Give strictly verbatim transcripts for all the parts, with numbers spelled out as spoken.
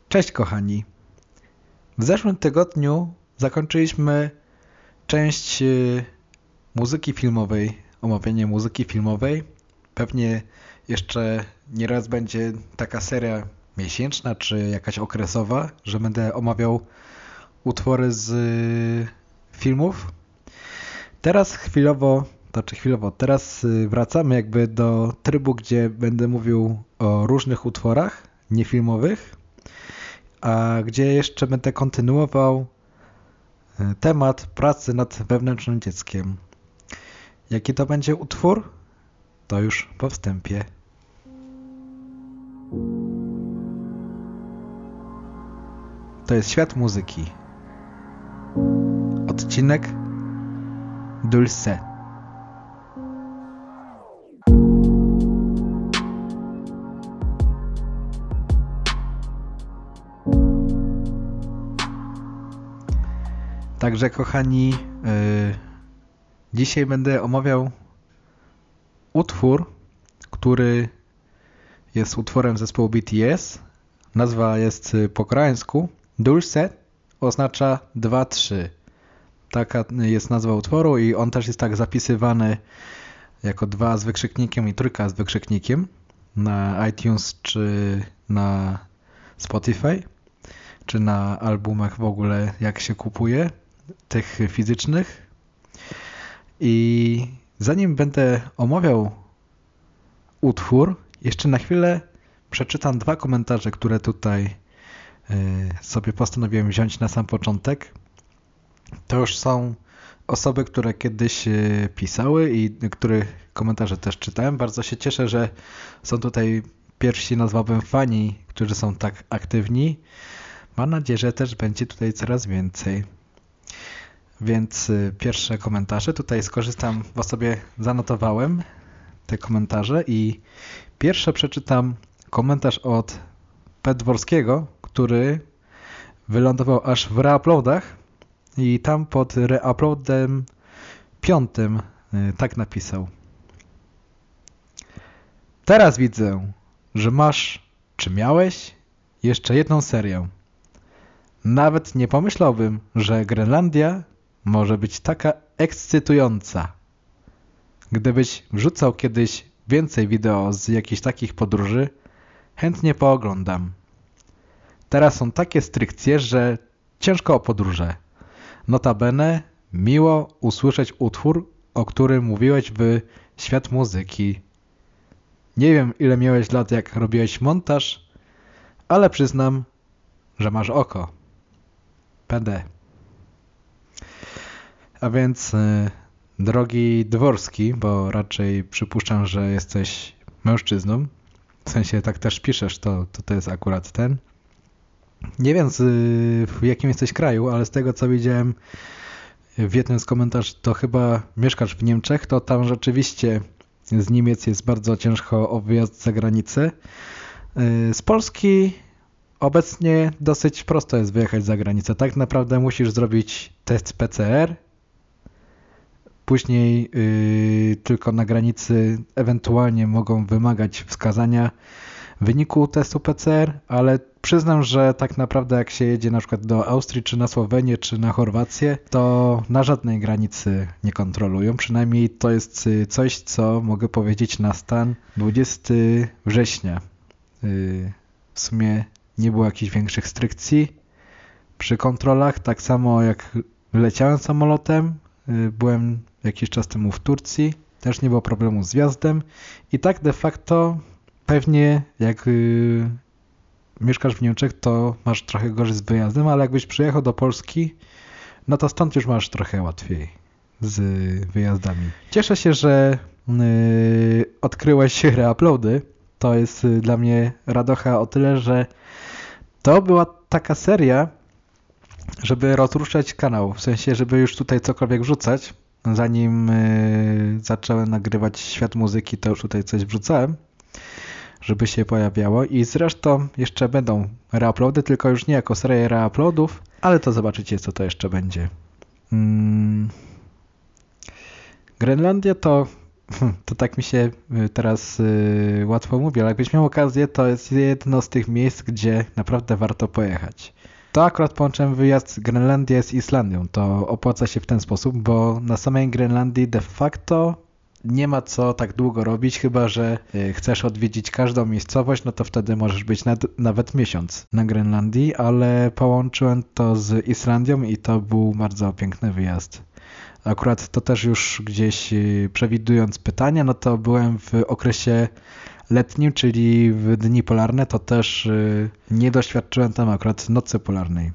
Cześć kochani. W zeszłym tygodniu zakończyliśmy część y, muzyki filmowej, omawianie muzyki filmowej. Pewnie jeszcze nieraz będzie taka seria miesięczna czy jakaś okresowa, że będę omawiał utwory z y, filmów. Teraz chwilowo, to czy chwilowo, teraz y, wracamy jakby do trybu, gdzie będę mówił o różnych utworach niefilmowych, a gdzie jeszcze będę kontynuował temat pracy nad wewnętrznym dzieckiem. Jaki to będzie utwór? To już po wstępie. To jest Świat muzyki. Odcinek Dulce. Także kochani, yy, dzisiaj będę omawiał utwór, który jest utworem zespołu B T S. Nazwa jest po koreańsku. Dulce oznacza dwa trzy. Taka jest nazwa utworu i on też jest tak zapisywany jako dwa z wykrzyknikiem i trójka z wykrzyknikiem na iTunes czy na Spotify, czy na albumach w ogóle jak się kupuje tych fizycznych. I zanim będę omawiał utwór, jeszcze na chwilę przeczytam dwa komentarze, które tutaj sobie postanowiłem wziąć na sam początek. To już są osoby, które kiedyś pisały i których komentarze też czytałem. Bardzo się cieszę, że są tutaj pierwsi, nazwałbym, fani, którzy są tak aktywni. Mam nadzieję, że też będzie tutaj coraz więcej. Więc pierwsze komentarze. Tutaj skorzystam, bo sobie zanotowałem te komentarze i pierwsze przeczytam komentarz od P. Dworskiego, który wylądował aż w reuploadach i tam pod reuploadem piątym tak napisał. Teraz widzę, że masz, czy miałeś, jeszcze jedną serię. Nawet nie pomyślałbym, że Grenlandia może być taka ekscytująca. Gdybyś wrzucał kiedyś więcej wideo z jakichś takich podróży, chętnie pooglądam. Teraz są takie strykcje, że ciężko o podróże. Notabene miło usłyszeć utwór, o którym mówiłeś w Świat muzyki. Nie wiem, ile miałeś lat, jak robiłeś montaż, ale przyznam, że masz oko. P D. A więc, yy, drogi Dworski, bo raczej przypuszczam, że jesteś mężczyzną, w sensie tak też piszesz, to to, to jest akurat ten. Nie wiem z, yy, w jakim jesteś kraju, ale z tego co widziałem w jednym z komentarzy, to chyba mieszkasz w Niemczech, to tam rzeczywiście z Niemiec jest bardzo ciężko o wyjazd za granicę. Yy, z Polski obecnie dosyć prosto jest wyjechać za granicę. Tak naprawdę musisz zrobić test P C R. Później yy, tylko na granicy ewentualnie mogą wymagać wskazania wyniku testu P C R, ale przyznam, że tak naprawdę jak się jedzie na przykład do Austrii, czy na Słowenię, czy na Chorwację, to na żadnej granicy nie kontrolują. Przynajmniej to jest coś, co mogę powiedzieć na stan dwudziestego września. Yy, w sumie nie było jakichś większych strykcji przy kontrolach. Tak samo jak leciałem samolotem, byłem jakiś czas temu w Turcji, też nie było problemu z wjazdem. I tak de facto pewnie jak yy, mieszkasz w Niemczech, to masz trochę gorzej z wyjazdem, ale jakbyś przyjechał do Polski, no to stąd już masz trochę łatwiej z wyjazdami. Cieszę się, że yy, odkryłeś reuploady. To jest yy, dla mnie radocha o tyle, że to była taka seria, żeby rozruszać kanał, w sensie, żeby już tutaj cokolwiek wrzucać. Zanim yy, zacząłem nagrywać Świat muzyki, to już tutaj coś wrzucałem, żeby się pojawiało. I zresztą jeszcze będą reuploady, tylko już nie jako seria reuploadów, ale to zobaczycie, co to jeszcze będzie. Hmm. Grenlandia to to tak mi się teraz yy, łatwo mówi, ale jakbyś miał okazję, to jest jedno z tych miejsc, gdzie naprawdę warto pojechać. To akurat połączyłem wyjazd Grenlandię z Islandią. To opłaca się w ten sposób, bo na samej Grenlandii de facto nie ma co tak długo robić, chyba że chcesz odwiedzić każdą miejscowość, no to wtedy możesz być nad, nawet miesiąc na Grenlandii, ale połączyłem to z Islandią i to był bardzo piękny wyjazd. Akurat to też już gdzieś przewidując pytania, no to byłem w okresie letnim, czyli w dni polarne, to też nie doświadczyłem tam akurat nocy polarnej.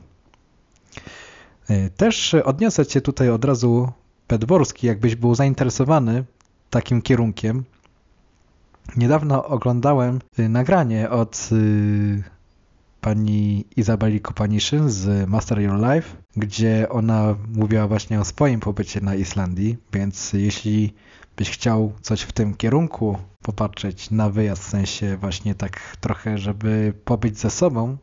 Też odniosę Cię tutaj od razu Pedworski, jakbyś był zainteresowany takim kierunkiem. Niedawno oglądałem nagranie od pani Izabeli Kopaniszyn z Master Your Life, gdzie ona mówiła właśnie o swoim pobycie na Islandii, więc jeśli byś chciał coś w tym kierunku popatrzeć na wyjazd, w sensie właśnie tak trochę, żeby pobyć ze sobą,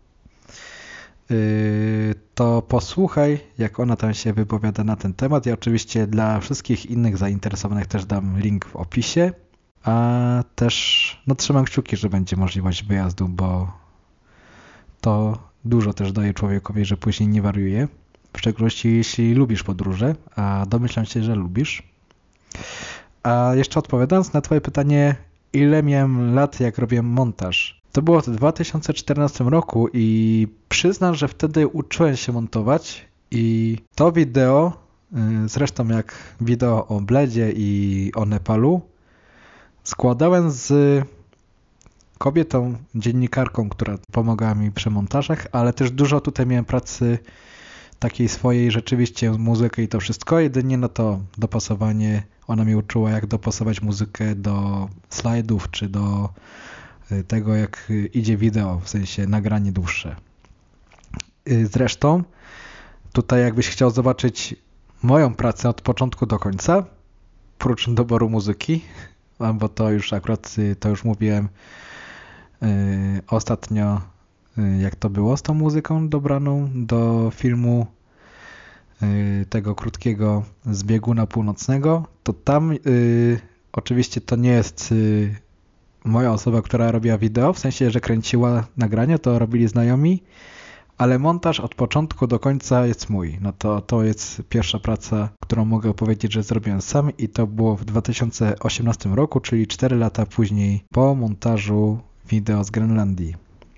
to posłuchaj, jak ona tam się wypowiada na ten temat. Ja oczywiście dla wszystkich innych zainteresowanych też dam link w opisie, a też no trzymam kciuki, że będzie możliwość wyjazdu, bo to dużo też daje człowiekowi, że później nie wariuje, w szczególności jeśli lubisz podróże, a domyślam się, że lubisz. A jeszcze odpowiadając na Twoje pytanie, ile miałem lat, jak robiłem montaż. To było w dwa tysiące czternastym roku i przyznam, że wtedy uczyłem się montować i to wideo, zresztą jak wideo o Bledzie i o Nepalu, składałem z kobietą, dziennikarką, która pomagała mi przy montażach, ale też dużo tutaj miałem pracy takiej swojej, rzeczywiście muzykę i to wszystko, jedynie no to dopasowanie, ona mi uczyła jak dopasować muzykę do slajdów, czy do tego jak idzie wideo, w sensie nagranie dłuższe. Zresztą tutaj jakbyś chciał zobaczyć moją pracę od początku do końca, prócz doboru muzyki, bo to już akurat, to już mówiłem yy, ostatnio, yy, jak to było z tą muzyką dobraną do filmu yy, tego krótkiego z bieguna północnego, to tam yy, oczywiście to nie jest yy, moja osoba, która robiła wideo, w sensie, że kręciła nagrania, to robili znajomi, ale montaż od początku do końca jest mój. No to, to jest pierwsza praca, którą mogę powiedzieć, że zrobiłem sam i to było w dwa tysiące osiemnastym roku, czyli cztery lata później po montażu wideo z Grenlandii.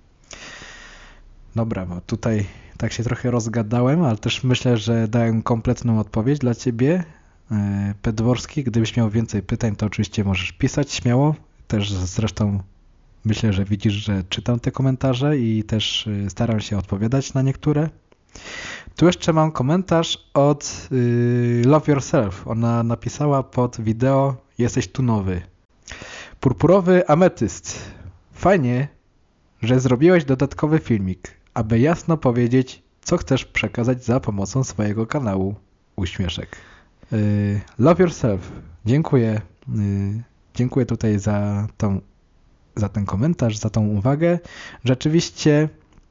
Dobra, bo tutaj tak się trochę rozgadałem, ale też myślę, że dałem kompletną odpowiedź dla Ciebie, Pedworski. Gdybyś miał więcej pytań, to oczywiście możesz pisać śmiało. Też zresztą myślę, że widzisz, że czytam te komentarze i też staram się odpowiadać na niektóre. Tu jeszcze mam komentarz od yy, Love Yourself. Ona napisała pod wideo: jesteś tu nowy. Purpurowy ametyst. Fajnie, że zrobiłeś dodatkowy filmik, aby jasno powiedzieć, co chcesz przekazać za pomocą swojego kanału. Uśmieszek. Yy, Love Yourself. Dziękuję. Yy, dziękuję tutaj za tą za ten komentarz, za tą uwagę. Rzeczywiście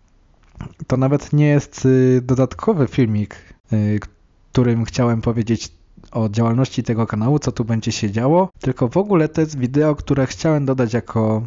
to nawet nie jest dodatkowy filmik, którym chciałem powiedzieć o działalności tego kanału, co tu będzie się działo, tylko w ogóle to jest wideo, które chciałem dodać jako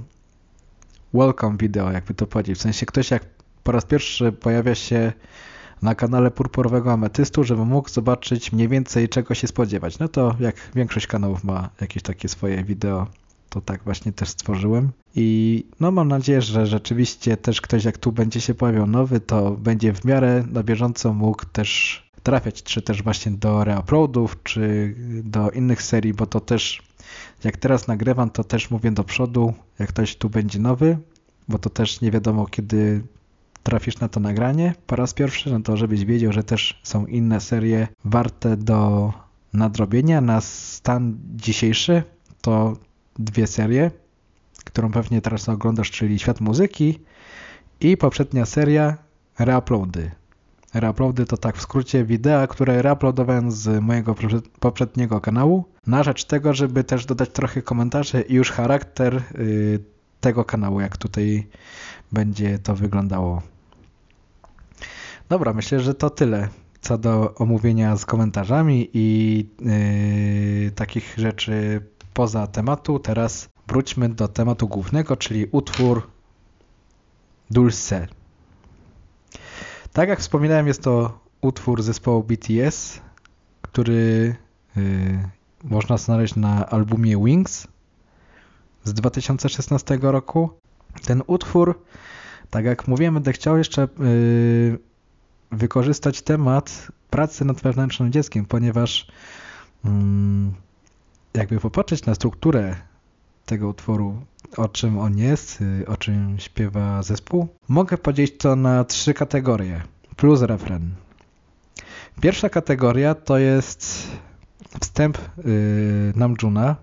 welcome video, jakby to powiedzieć. W sensie ktoś jak po raz pierwszy pojawia się na kanale Purpurowego Ametystu, żeby mógł zobaczyć mniej więcej czego się spodziewać. No to jak większość kanałów ma jakieś takie swoje wideo, to tak właśnie też stworzyłem i no mam nadzieję, że rzeczywiście też ktoś jak tu będzie się pojawiał nowy, to będzie w miarę na bieżąco mógł też trafiać, czy też właśnie do reuploadów, czy do innych serii, bo to też jak teraz nagrywam, to też mówię do przodu, jak ktoś tu będzie nowy, bo to też nie wiadomo kiedy trafisz na to nagranie po raz pierwszy, no to żebyś wiedział, że też są inne serie warte do nadrobienia. Na stan dzisiejszy to dwie serie, którą pewnie teraz oglądasz, czyli Świat Muzyki i poprzednia seria Reuploady. Reuploady to tak w skrócie wideo, które reuploadowałem z mojego poprzedniego kanału na rzecz tego, żeby też dodać trochę komentarzy i już charakter y, tego kanału, jak tutaj będzie to wyglądało. Dobra, myślę, że to tyle co do omówienia z komentarzami i yy, takich rzeczy poza tematu. Teraz wróćmy do tematu głównego, czyli utwór Dulce. Tak jak wspominałem, jest to utwór zespołu B T S, który yy, można znaleźć na albumie Wings z dwa tysiące szesnastego roku. Ten utwór, tak jak mówiłem, będę chciał jeszcze yy, wykorzystać temat pracy nad wewnętrznym dzieckiem, ponieważ yy, jakby popatrzeć na strukturę tego utworu, o czym on jest, yy, o czym śpiewa zespół, mogę podzielić to na trzy kategorie, plus refren. Pierwsza kategoria to jest wstęp yy, Namjoona,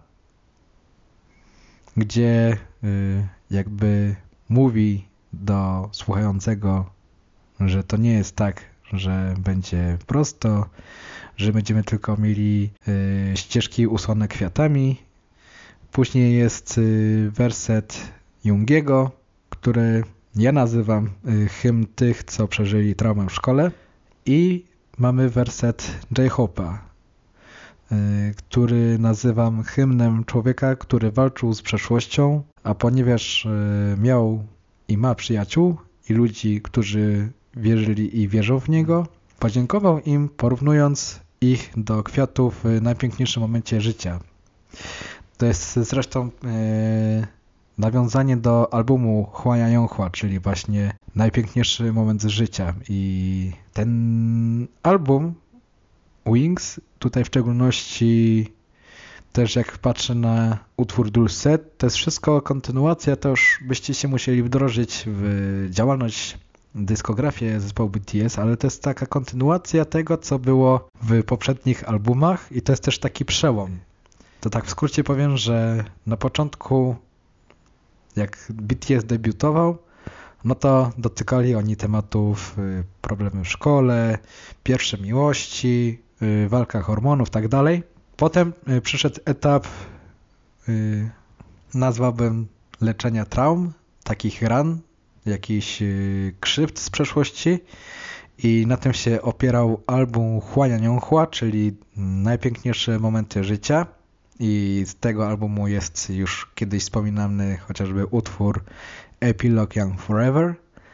gdzie yy, jakby mówi do słuchającego, że to nie jest tak, że będzie prosto, że będziemy tylko mieli yy, ścieżki usłane kwiatami. Później jest yy, werset Jungiego, który ja nazywam yy, hymn tych, co przeżyli traumę w szkole. I mamy werset J-Hope'a, yy, który nazywam hymnem człowieka, który walczył z przeszłością, a ponieważ yy, miał i ma przyjaciół i ludzi, którzy wierzyli i wierzą w niego, podziękował im, porównując ich do kwiatów w najpiękniejszym momencie życia. To jest zresztą yy, nawiązanie do albumu Hwaya Yonghwa, czyli właśnie najpiękniejszy moment z życia. I ten album Wings, tutaj w szczególności też jak patrzę na utwór Dulce, to jest wszystko kontynuacja, to już byście się musieli wdrożyć w działalność, dyskografię zespołu B T S, ale to jest taka kontynuacja tego, co było w poprzednich albumach i to jest też taki przełom. To tak w skrócie powiem, że na początku jak B T S debiutował, no to dotykali oni tematów y, problemy w szkole, pierwsze miłości, y, walka hormonów, tak dalej. Potem y, przyszedł etap, y, nazwałbym leczenia traum, takich ran, jakichś y, krzywd z przeszłości i na tym się opierał album Hwaya Yonghwa, czyli najpiękniejsze momenty życia. I z tego albumu jest już kiedyś wspominany chociażby utwór Epilogue Young Forever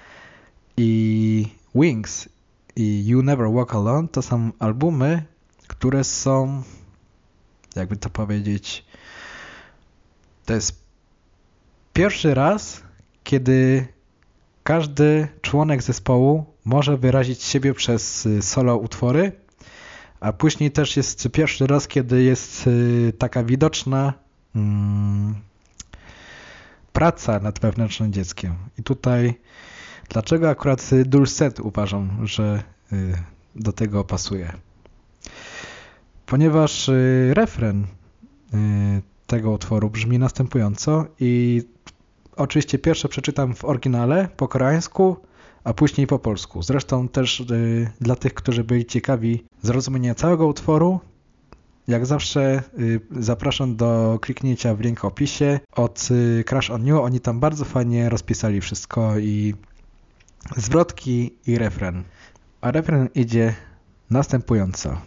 i Wings i You Never Walk Alone to są albumy, które są, jakby to powiedzieć, to jest pierwszy raz, kiedy każdy członek zespołu może wyrazić siebie przez solo utwory, a później też jest pierwszy raz, kiedy jest taka widoczna mm, praca nad wewnętrznym dzieckiem. I tutaj dlaczego akurat Dulce uważam, że y, do tego pasuje? Ponieważ y, refren y, tego utworu brzmi następująco i oczywiście pierwsze przeczytam w oryginale po koreańsku, a później po polsku. Zresztą też y, dla tych, którzy byli ciekawi zrozumienia całego utworu, jak zawsze y, zapraszam do kliknięcia w link w opisie od y, Crash on You. Oni tam bardzo fajnie rozpisali wszystko i zwrotki i refren. A refren idzie następująco.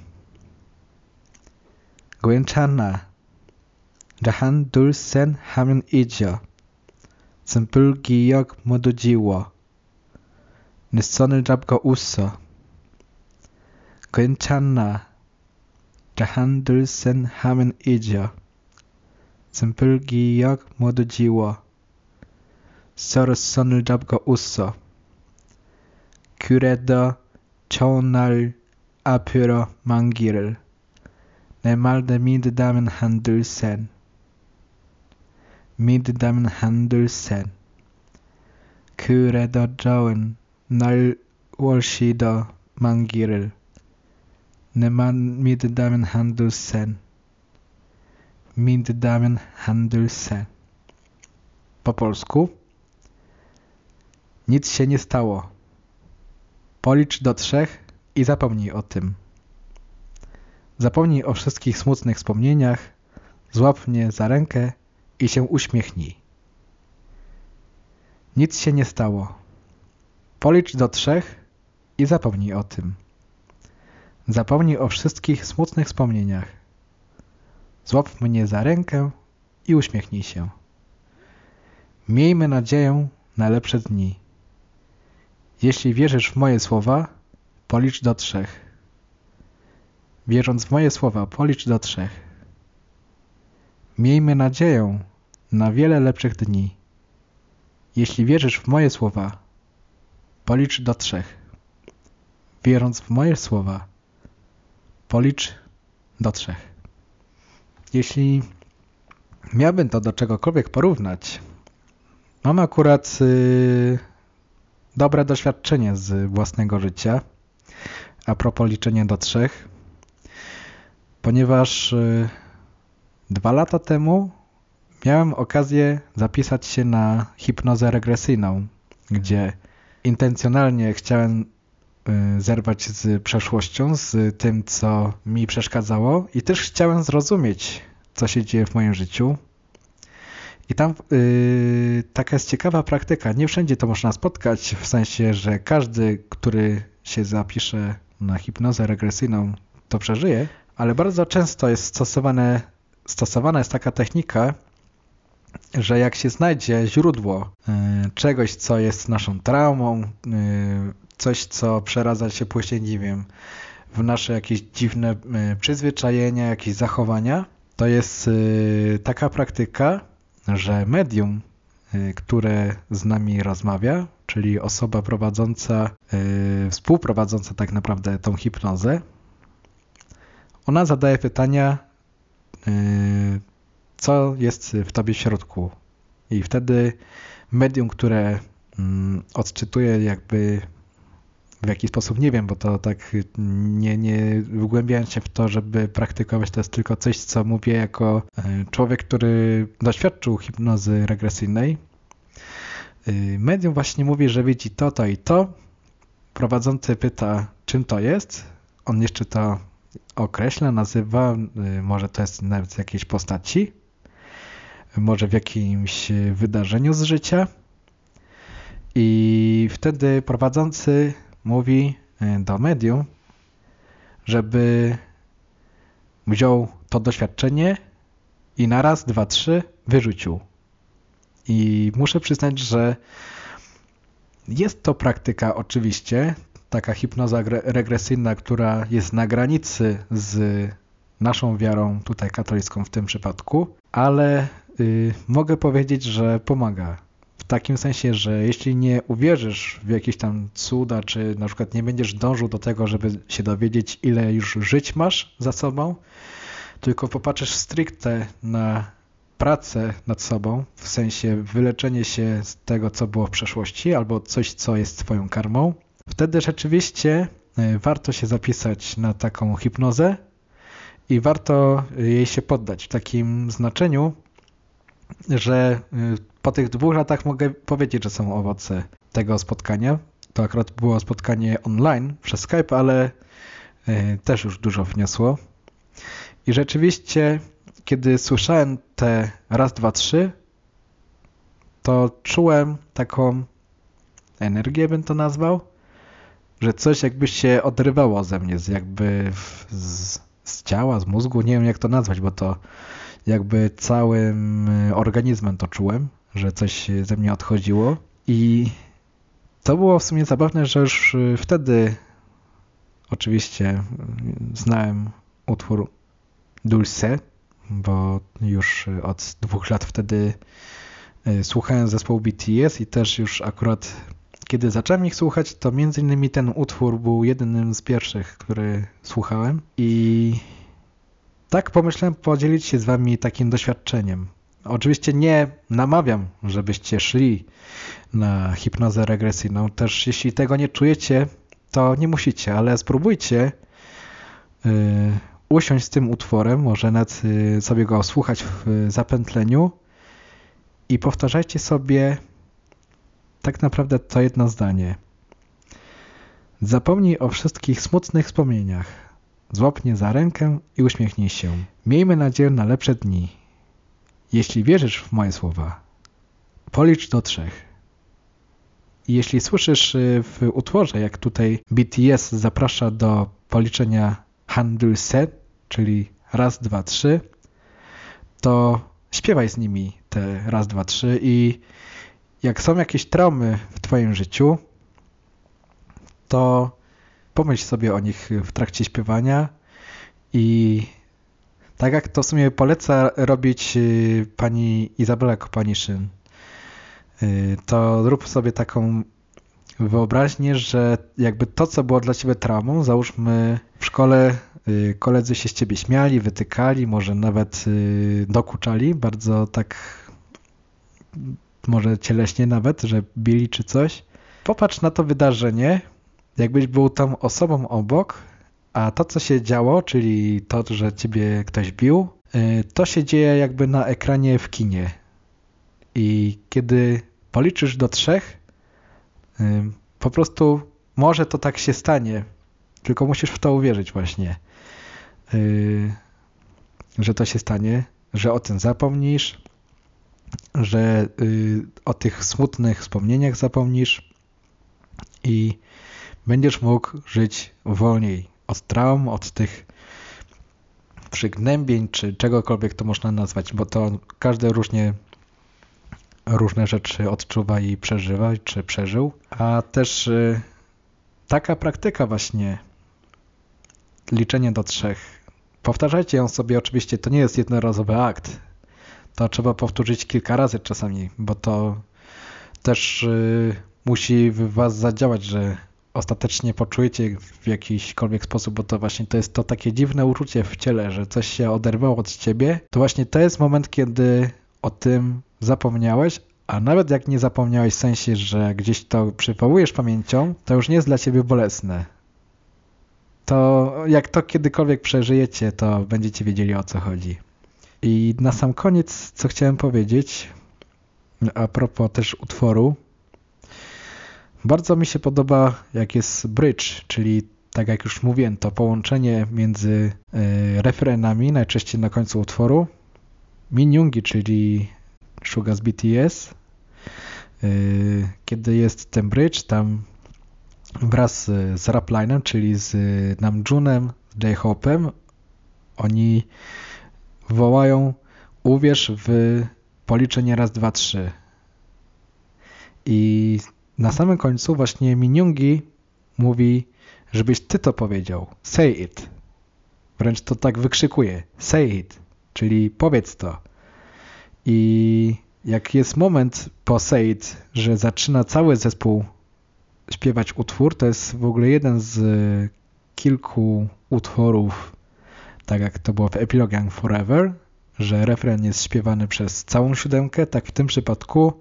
Gwenchana Jahan Dulcen hamen idzie Sympul giyok modudziło Nissonel jabgo usso Gwenchana Jahan Dulcen hamen idzie Sympul giyok modudziło Soros sonel jabgo usso Kuredo chonal apyro mangirel Nemalde mid damen handulsen Mid damen handulsen Kuredo joen nal wolshido mangirel Nemal mid damen handulsen Mid damen handulsen. Po polsku. Nic się nie stało. Policz do trzech i zapomnij o tym. Zapomnij o wszystkich smutnych wspomnieniach, złap mnie za rękę i się uśmiechnij. Nic się nie stało. Policz do trzech i zapomnij o tym. Zapomnij o wszystkich smutnych wspomnieniach. Złap mnie za rękę i uśmiechnij się. Miejmy nadzieję na lepsze dni. Jeśli wierzysz w moje słowa, policz do trzech. Wierząc w moje słowa, policz do trzech. Miejmy nadzieję na wiele lepszych dni. Jeśli wierzysz w moje słowa, policz do trzech. Wierząc w moje słowa, policz do trzech. Jeśli miałbym to do czegokolwiek porównać, mam akurat yy, dobre doświadczenie z własnego życia a propos liczenia do trzech, ponieważ yy, dwa lata temu miałem okazję zapisać się na hipnozę regresyjną, gdzie intencjonalnie chciałem yy, zerwać z przeszłością, z tym, co mi przeszkadzało i też chciałem zrozumieć, co się dzieje w moim życiu. I tam yy, taka jest ciekawa praktyka. Nie wszędzie to można spotkać, w sensie, że każdy, który się zapisze na hipnozę regresyjną, to przeżyje, ale bardzo często jest stosowane, stosowana jest taka technika, że jak się znajdzie źródło yy, czegoś, co jest naszą traumą, yy, coś, co przeradza się później, nie wiem, w nasze jakieś dziwne yy, przyzwyczajenia, jakieś zachowania, to jest yy, taka praktyka, że medium, yy, które z nami rozmawia, czyli osoba prowadząca, yy, współprowadząca tak naprawdę tą hipnozę, ona zadaje pytania, yy, co jest w tobie w środku. I wtedy medium, które mm, odczytuje jakby w jaki sposób, nie wiem, bo to tak nie, nie wgłębiając się w to, żeby praktykować, to jest tylko coś, co mówię jako człowiek, który doświadczył hipnozy regresyjnej. Medium właśnie mówi, że widzi to, to i to. Prowadzący pyta, czym to jest. On jeszcze to określa, nazywa, może to jest nawet z jakiejś postaci, może w jakimś wydarzeniu z życia. I wtedy prowadzący mówi do medium, żeby wziął to doświadczenie i na raz, dwa, trzy wyrzucił. I muszę przyznać, że jest to praktyka oczywiście, taka hipnoza regresyjna, która jest na granicy z naszą wiarą tutaj katolicką w tym przypadku, ale yy, mogę powiedzieć, że pomaga. W takim sensie, że jeśli nie uwierzysz w jakieś tam cuda, czy na przykład nie będziesz dążył do tego, żeby się dowiedzieć, ile już żyć masz za sobą, tylko popatrzysz stricte na pracę nad sobą, w sensie wyleczenie się z tego, co było w przeszłości, albo coś, co jest twoją karmą, wtedy rzeczywiście warto się zapisać na taką hipnozę i warto jej się poddać w takim znaczeniu, że po tych dwóch latach mogę powiedzieć, że są owoce tego spotkania. To akurat było spotkanie online przez Skype, ale też już dużo wniosło. I rzeczywiście, kiedy słyszałem te raz, dwa, trzy, to czułem taką energię, bym to nazwał, że coś jakby się odrywało ze mnie, jakby z, z ciała, z mózgu, nie wiem jak to nazwać, bo to jakby całym organizmem to czułem, że coś ze mnie odchodziło i to było w sumie zabawne, że już wtedy oczywiście znałem utwór Dulce, bo już od dwóch lat wtedy słuchałem zespołu B T S i też już akurat kiedy zacząłem ich słuchać, to między innymi ten utwór był jednym z pierwszych, który słuchałem i tak pomyślałem podzielić się z wami takim doświadczeniem. Oczywiście nie namawiam, żebyście szli na hipnozę regresyjną. Też jeśli tego nie czujecie, to nie musicie, ale spróbujcie yy, usiąść z tym utworem, może nawet yy, sobie go słuchać w zapętleniu i powtarzajcie sobie tak naprawdę to jedno zdanie. Zapomnij o wszystkich smutnych wspomnieniach. Złap mnie za rękę i uśmiechnij się. Miejmy nadzieję na lepsze dni. Jeśli wierzysz w moje słowa, policz do trzech. I jeśli słyszysz w utworze, jak tutaj B T S zaprasza do policzenia Han Dulce, czyli raz, dwa, trzy, to śpiewaj z nimi te raz, dwa, trzy i jak są jakieś traumy w twoim życiu, to pomyśl sobie o nich w trakcie śpiewania i tak jak to w sumie poleca robić pani Izabela Kopaniszyn, to rób sobie taką wyobraźnię, że jakby to, co było dla ciebie traumą, załóżmy w szkole koledzy się z ciebie śmiali, wytykali, może nawet dokuczali, bardzo tak może cieleśnie nawet, że bili czy coś. Popatrz na to wydarzenie, jakbyś był tą osobą obok, a to, co się działo, czyli to, że ciebie ktoś bił, to się dzieje jakby na ekranie w kinie. I kiedy policzysz do trzech, po prostu może to tak się stanie, tylko musisz w to uwierzyć właśnie, że to się stanie, że o tym zapomnisz, że o tych smutnych wspomnieniach zapomnisz i będziesz mógł żyć wolniej od traum, od tych przygnębień, czy czegokolwiek to można nazwać, bo to każdy różnie różne rzeczy odczuwa i przeżywa, czy przeżył. A też y, taka praktyka właśnie, liczenie do trzech. Powtarzajcie ją sobie, oczywiście to nie jest jednorazowy akt. To trzeba powtórzyć kilka razy czasami, bo to też y, musi w was zadziałać, że ostatecznie poczujecie w jakiśkolwiek sposób, bo to właśnie to jest to takie dziwne uczucie w ciele, że coś się oderwało od ciebie. To właśnie to jest moment, kiedy o tym zapomniałeś, a nawet jak nie zapomniałeś w sensie, że gdzieś to przywołujesz pamięcią, to już nie jest dla ciebie bolesne. To jak to kiedykolwiek przeżyjecie, to będziecie wiedzieli, o co chodzi. I na sam koniec, co chciałem powiedzieć, a propos też utworu, bardzo mi się podoba, jak jest bridge, czyli tak jak już mówiłem, to połączenie między y, refrenami, najczęściej na końcu utworu, Minyoongi, czyli Suga z B T S, y, kiedy jest ten bridge, tam wraz z, z Raplinem, czyli z Namjoonem, z J-Hope'em, oni wołają uwierz w policzenie raz, dwa, trzy. I na samym końcu właśnie Minyoongi mówi, żebyś ty to powiedział. Say it. Wręcz to tak wykrzykuje. Say it. Czyli powiedz to. I jak jest moment po Say it, że zaczyna cały zespół śpiewać utwór, to jest w ogóle jeden z kilku utworów, tak jak to było w Epilogue Young Forever, że refren jest śpiewany przez całą siódemkę, tak w tym przypadku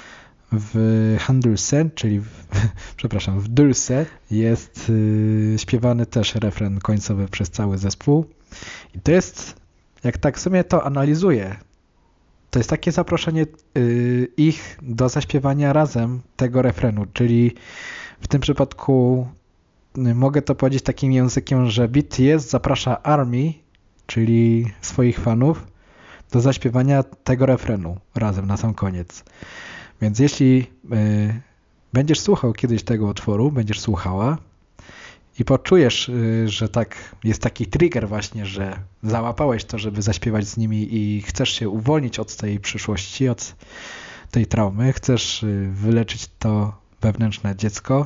w Handulse, czyli w, przepraszam, w Dulce jest y, śpiewany też refren końcowy przez cały zespół. I to jest, jak tak w sumie to analizuję, to jest takie zaproszenie y, ich do zaśpiewania razem tego refrenu, czyli w tym przypadku y, mogę to powiedzieć takim językiem, że B T S zaprasza ARMY, czyli swoich fanów, do zaśpiewania tego refrenu razem na sam koniec. Więc jeśli y, będziesz słuchał kiedyś tego utworu, będziesz słuchała i poczujesz, y, że tak jest taki trigger właśnie, że załapałeś to, żeby zaśpiewać z nimi i chcesz się uwolnić od tej przyszłości, od tej traumy, chcesz y, wyleczyć to wewnętrzne dziecko,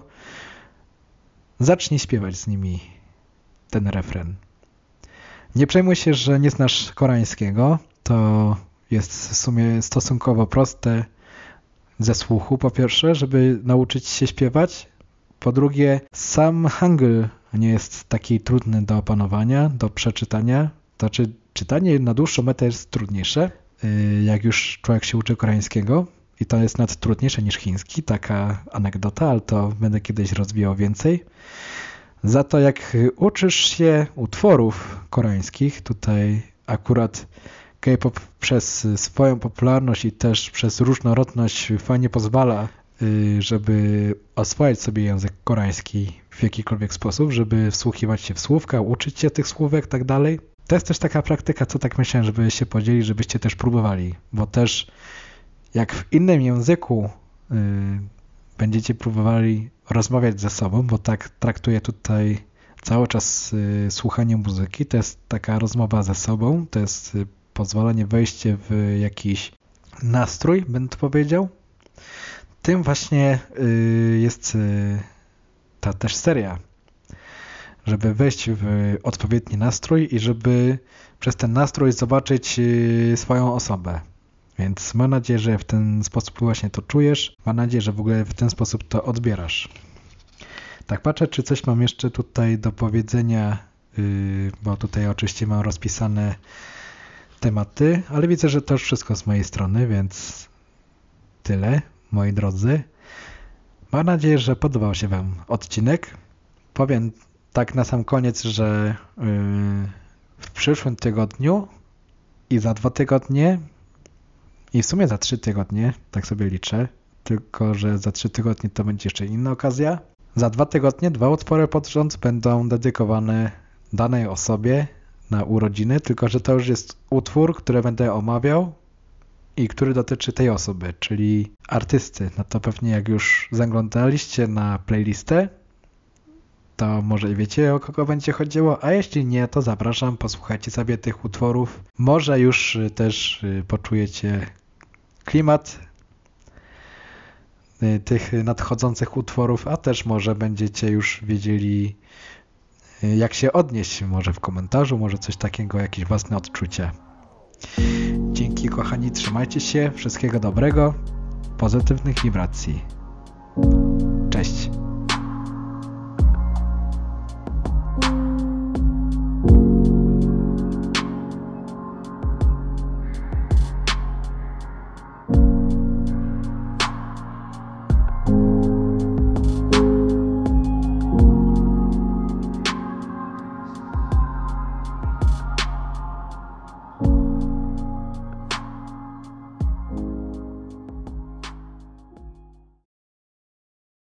zacznij śpiewać z nimi ten refren. Nie przejmuj się, że nie znasz koreańskiego, to jest w sumie stosunkowo proste ze słuchu, po pierwsze, żeby nauczyć się śpiewać. Po drugie, sam hangul nie jest taki trudny do opanowania, do przeczytania. To znaczy, czytanie na dłuższą metę jest trudniejsze, jak już człowiek się uczy koreańskiego. I to jest nawet trudniejsze niż chiński. Taka anegdota, ale to będę kiedyś rozwijał więcej. Za to jak uczysz się utworów koreańskich, tutaj akurat K-pop przez swoją popularność i też przez różnorodność fajnie pozwala, żeby oswajać sobie język koreański w jakikolwiek sposób, żeby wsłuchiwać się w słówka, uczyć się tych słówek i tak dalej. To jest też taka praktyka, co tak myślałem, żeby się podzielić, żebyście też próbowali, bo też jak w innym języku yy, będziecie próbowali rozmawiać ze sobą, bo tak traktuję tutaj cały czas yy, słuchanie muzyki, to jest taka rozmowa ze sobą, to jest yy, pozwolenie wejście w jakiś nastrój, bym to powiedział. Tym właśnie y, jest y, ta też seria, żeby wejść w odpowiedni nastrój i żeby przez ten nastrój zobaczyć y, swoją osobę. Więc mam nadzieję, że w ten sposób właśnie to czujesz. Mam nadzieję, że w ogóle w ten sposób to odbierasz. Tak, patrzę, czy coś mam jeszcze tutaj do powiedzenia, yy, bo tutaj oczywiście mam rozpisane tematy, ale widzę, że to już wszystko z mojej strony, więc tyle, moi drodzy. Mam nadzieję, że podobał się Wam odcinek. Powiem tak na sam koniec, że yy, w przyszłym tygodniu i za dwa tygodnie i w sumie za trzy tygodnie, tak sobie liczę, tylko że za trzy tygodnie to będzie jeszcze inna okazja. Za dwa tygodnie dwa utwory pod rząd będą dedykowane danej osobie na urodziny, tylko że to już jest utwór, który będę omawiał i który dotyczy tej osoby, czyli artysty. No to pewnie jak już zaglądaliście na playlistę, to może i wiecie, o kogo będzie chodziło, a jeśli nie, to zapraszam, posłuchajcie sobie tych utworów. Może już też poczujecie klimat tych nadchodzących utworów, a też może będziecie już wiedzieli, jak się odnieść, może w komentarzu, może coś takiego, jakieś własne odczucia. Dzięki kochani, trzymajcie się, wszystkiego dobrego, pozytywnych wibracji.